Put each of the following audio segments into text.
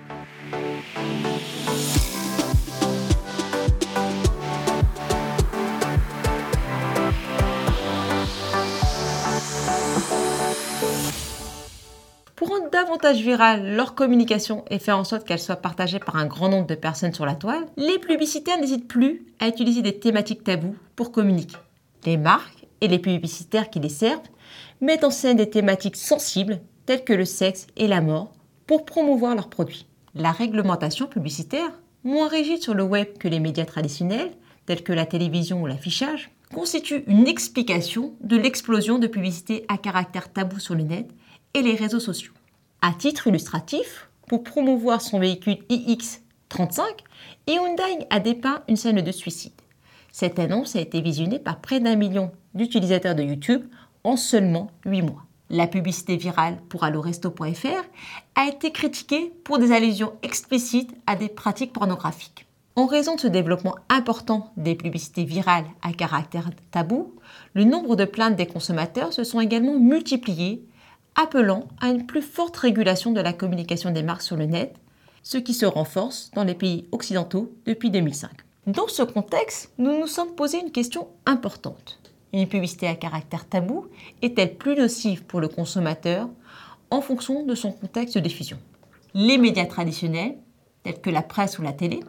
Pour rendre davantage virale leur communication et faire en sorte qu'elle soit partagée par un grand nombre de personnes sur la toile, les publicitaires n'hésitent plus à utiliser des thématiques tabous pour communiquer. Les marques et les publicitaires qui les servent mettent en scène des thématiques sensibles telles que le sexe et la mort pour promouvoir leurs produits. La réglementation publicitaire, moins rigide sur le web que les médias traditionnels, tels que la télévision ou l'affichage, constitue une explication de l'explosion de publicités à caractère tabou sur le net et les réseaux sociaux. À titre illustratif, pour promouvoir son véhicule iX35, Hyundai a dépeint une scène de suicide. Cette annonce a été visionnée par près d'1 million d'utilisateurs de YouTube en seulement 8 mois. La publicité virale pour alloresto.fr a été critiquée pour des allusions explicites à des pratiques pornographiques. En raison de ce développement important des publicités virales à caractère tabou, le nombre de plaintes des consommateurs se sont également multipliés, appelant à une plus forte régulation de la communication des marques sur le net, ce qui se renforce dans les pays occidentaux depuis 2005. Dans ce contexte, nous nous sommes posé une question importante. Une publicité à caractère tabou est-elle plus nocive pour le consommateur en fonction de son contexte de diffusion? Les médias traditionnels, tels que la presse ou la télé,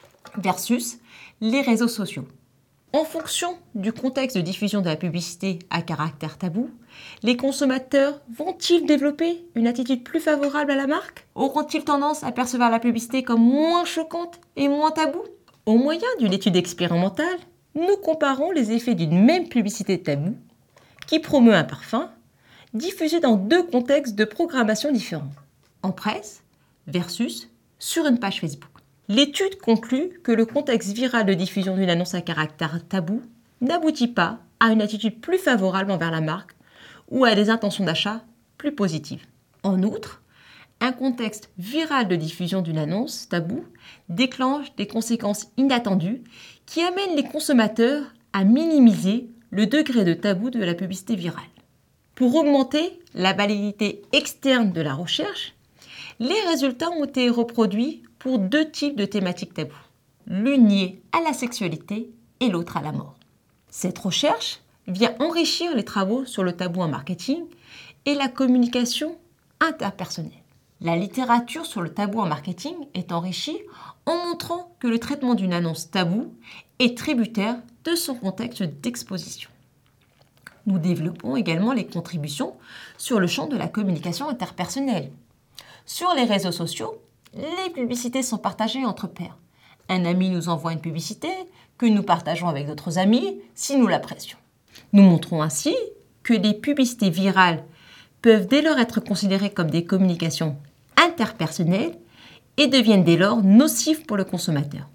versus les réseaux sociaux. En fonction du contexte de diffusion de la publicité à caractère tabou, les consommateurs vont-ils développer une attitude plus favorable à la marque? Auront-ils tendance à percevoir la publicité comme moins choquante et moins taboue? Au moyen d'une étude expérimentale, nous comparons les effets d'une même publicité taboue qui promeut un parfum diffusé dans 2 contextes de programmation différents, en presse versus sur une page Facebook. L'étude conclut que le contexte viral de diffusion d'une annonce à caractère tabou n'aboutit pas à une attitude plus favorable envers la marque ou à des intentions d'achat plus positives. En outre, un contexte viral de diffusion d'une annonce tabou déclenche des conséquences inattendues qui amènent les consommateurs à minimiser le degré de tabou de la publicité virale. Pour augmenter la validité externe de la recherche, les résultats ont été reproduits pour 2 types de thématiques tabous, l'une liée à la sexualité et l'autre à la mort. Cette recherche vient enrichir les travaux sur le tabou en marketing et la communication interpersonnelle. La littérature sur le tabou en marketing est enrichie en montrant que le traitement d'une annonce tabou est tributaire de son contexte d'exposition. Nous développons également les contributions sur le champ de la communication interpersonnelle. Sur les réseaux sociaux, les publicités sont partagées entre pairs. Un ami nous envoie une publicité que nous partageons avec d'autres amis si nous l'apprécions. Nous montrons ainsi que les publicités virales peuvent dès lors être considérées comme des communications interpersonnelles et deviennent dès lors nocives pour le consommateur.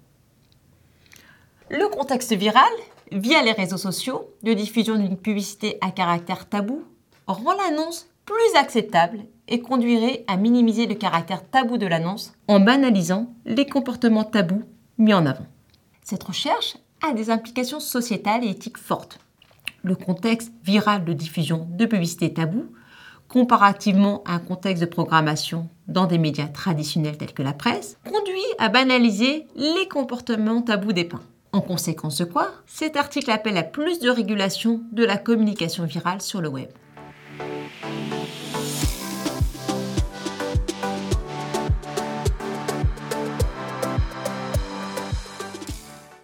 Le contexte viral, via les réseaux sociaux, de diffusion d'une publicité à caractère tabou, rend l'annonce plus acceptable et conduirait à minimiser le caractère tabou de l'annonce en banalisant les comportements tabous mis en avant. Cette recherche a des implications sociétales et éthiques fortes. Le contexte viral de diffusion de publicité tabou, comparativement à un contexte de programmation dans des médias traditionnels tels que la presse, conduit à banaliser les comportements tabous dépeints. En conséquence de quoi, cet article appelle à plus de régulation de la communication virale sur le web.